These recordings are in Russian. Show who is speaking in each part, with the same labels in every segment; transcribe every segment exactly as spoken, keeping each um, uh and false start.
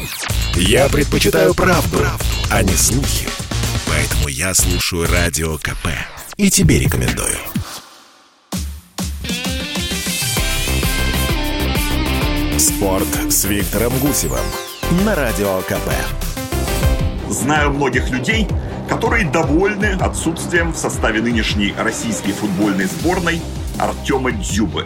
Speaker 1: Я предпочитаю правду, правду, а не слухи. Поэтому я слушаю Радио КП. И тебе рекомендую. Спорт с Виктором Гусевым на Радио КП.
Speaker 2: Знаю многих людей, которые довольны отсутствием в составе нынешней российской футбольной сборной Артема Дзюбы.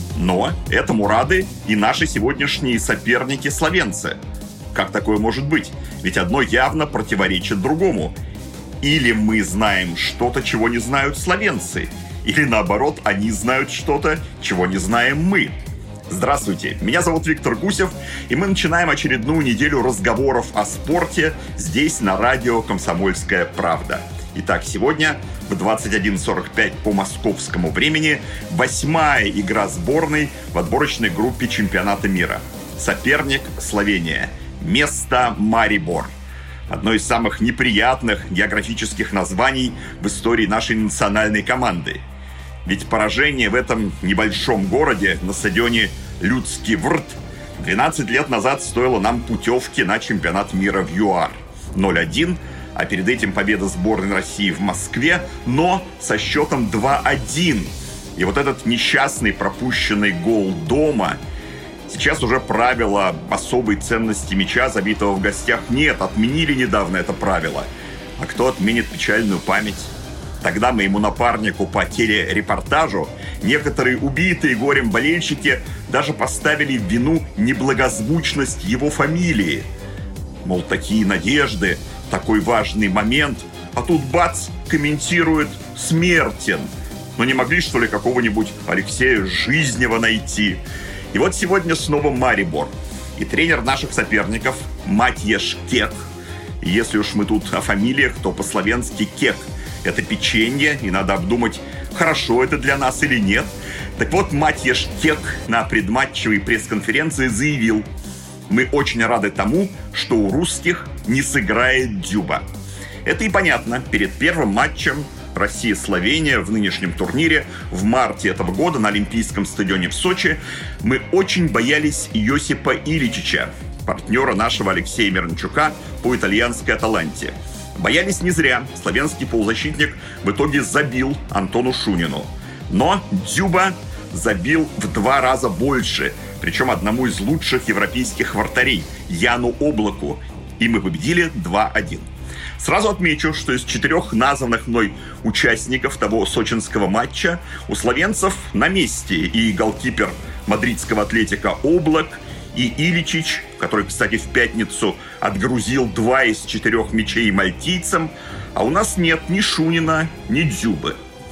Speaker 2: Но этому рады и наши сегодняшние соперники-словенцы. Как такое может быть? Ведь одно явно противоречит другому. Или мы знаем что-то, чего не знают словенцы, или наоборот, они знают что-то, чего не знаем мы. Здравствуйте, меня зовут Виктор Гусев, и мы начинаем очередную неделю разговоров о спорте здесь, на радио «Комсомольская правда». Итак, сегодня в двадцать один сорок пять по московскому времени восьмая игра сборной в отборочной группе чемпионата мира. Соперник – Словения. Место – Марибор. Одно из самых неприятных географических названий в истории нашей национальной команды. Ведь поражение в этом небольшом городе на стадионе Людский Врт двенадцать лет назад стоило нам путевки на чемпионат мира в ЮАР. ноль один, а перед этим победа сборной России в Москве, но со счетом два один. И вот этот несчастный пропущенный гол дома. Сейчас уже правило особой ценности мяча, забитого в гостях, нет. Отменили недавно это правило. А кто отменит печальную память? Тогда моему напарнику по телерепортажу некоторые убитые горем болельщики даже поставили в вину неблагозвучность его фамилии. Мол, такие надежды, такой важный момент, а тут бац, комментирует «Смертен». Ну не могли, что ли, какого-нибудь Алексея Жизнева найти? И вот сегодня снова Марибор. И тренер наших соперников Матьеш Кек. И если уж мы тут о фамилиях, то по-словенски Кек. Это печенье, и надо обдумать, хорошо это для нас или нет. Так вот, Матьеш Кек на предматчевой пресс-конференции заявил: мы очень рады тому, что у русских не сыграет Дзюба. Это и понятно. Перед первым матчем Россия-Словения в нынешнем турнире в марте этого года на Олимпийском стадионе в Сочи мы очень боялись Йосипа Иличича, партнера нашего Алексея Миранчука по итальянской «Аталанте». Боялись не зря. Словенский полузащитник в итоге забил Антону Шунину. Но Дзюба забил в два раза больше, причем одному из лучших европейских вратарей, Яну Облаку. И мы победили два один. Сразу отмечу, что из четырех названных мной участников того сочинского матча у словенцев на месте и голкипер мадридского Атлетика Облак, и Иличич, который, кстати, в пятницу отгрузил два из четырех мячей мальтийцам, а у нас нет ни Шунина, ни Дзюбы.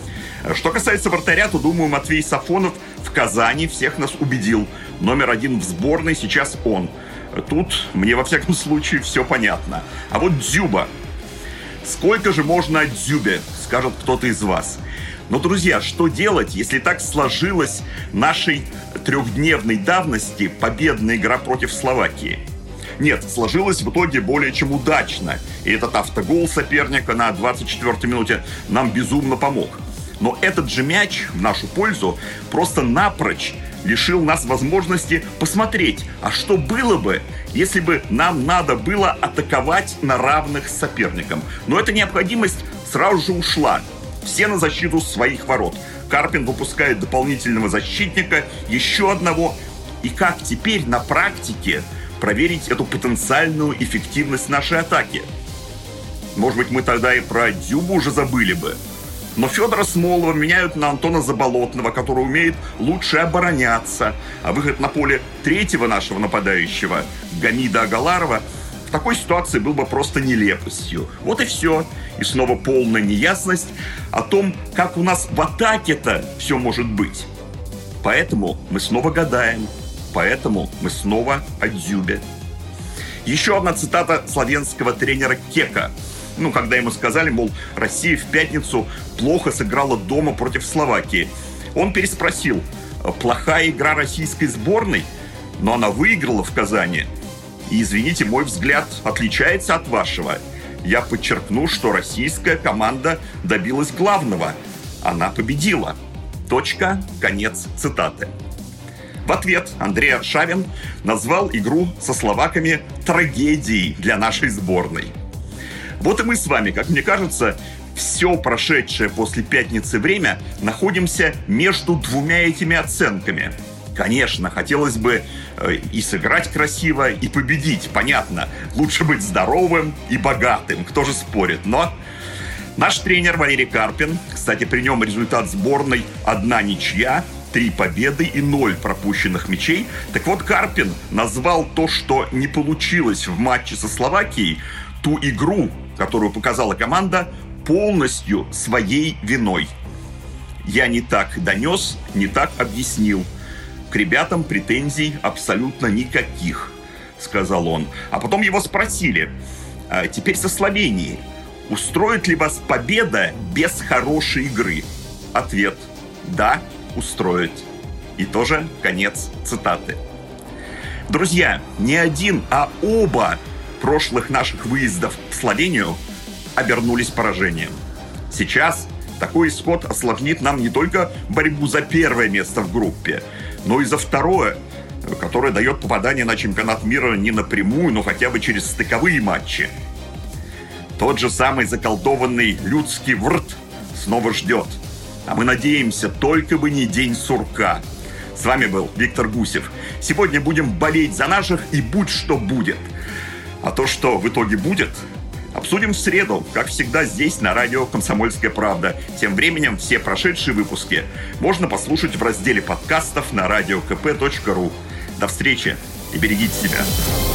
Speaker 2: Что касается вратаря, то, думаю, Матвей Сафонов в Казани всех нас убедил. Номер один в сборной сейчас он. Тут мне, во всяком случае, все понятно. А вот Дзюба. Сколько же можно о Дзюбе, скажет кто-то из вас. Но, друзья, что делать, если так сложилась нашей трехдневной давности победная игра против Словакии? Нет, сложилось в итоге более чем удачно. И этот автогол соперника на двадцать четвёртой минуте нам безумно помог. Но этот же мяч в нашу пользу просто напрочь лишил нас возможности посмотреть, а что было бы, если бы нам надо было атаковать на равных с соперником. Но эта необходимость сразу же ушла. Все на защиту своих ворот. Карпин выпускает дополнительного защитника, еще одного. И как теперь на практике проверить эту потенциальную эффективность нашей атаки? Может быть, мы тогда и про Дзюбу уже забыли бы. Но Федора Смолова меняют на Антона Заболотного, который умеет лучше обороняться. А выход на поле третьего нашего нападающего, Гамида Агаларова, в такой ситуации был бы просто нелепостью. Вот и все. И снова полная неясность о том, как у нас в атаке-то все может быть. Поэтому мы снова гадаем. Поэтому мы снова о Дзюбе. Еще одна цитата словенского тренера Кека. Ну, когда ему сказали, мол, Россия в пятницу плохо сыграла дома против Словакии. Он переспросил: плохая игра российской сборной? Но она выиграла в Казани. И, извините, мой взгляд отличается от вашего. Я подчеркну, что российская команда добилась главного. Она победила. Точка, конец цитаты. В ответ Андрей Аршавин назвал игру со словаками трагедией для нашей сборной. Вот и мы с вами, как мне кажется, все прошедшее после пятницы время находимся между двумя этими оценками. Конечно, хотелось бы э, и сыграть красиво, и победить, понятно. Лучше быть здоровым и богатым, кто же спорит. Но наш тренер Валерий Карпин, кстати, при нем результат сборной одна ничья, три победы и ноль пропущенных мячей. Так вот, Карпин назвал то, что не получилось в матче со Словакией, ту игру, которую показала команда, полностью своей виной. Я не так донес, не так объяснил. К ребятам претензий абсолютно никаких, сказал он. А потом его спросили, а теперь со Словенией, устроит ли вас победа без хорошей игры? Ответ: да, устроит. И тоже конец цитаты. Друзья, не один, а оба прошлых наших выездов в Словению обернулись поражением. Сейчас такой исход осложнит нам не только борьбу за первое место в группе, но и за второе, которое дает попадание на чемпионат мира не напрямую, но хотя бы через стыковые матчи. Тот же самый заколдованный людский врт снова ждет. А мы надеемся, только бы не день сурка. С вами был Виктор Гусев. Сегодня будем болеть за наших и будь что будет. А то, что в итоге будет, обсудим в среду, как всегда, здесь, на радио «Комсомольская правда». Тем временем все прошедшие выпуски можно послушать в разделе подкастов на радио ка пэ точка ру. До встречи и берегите себя.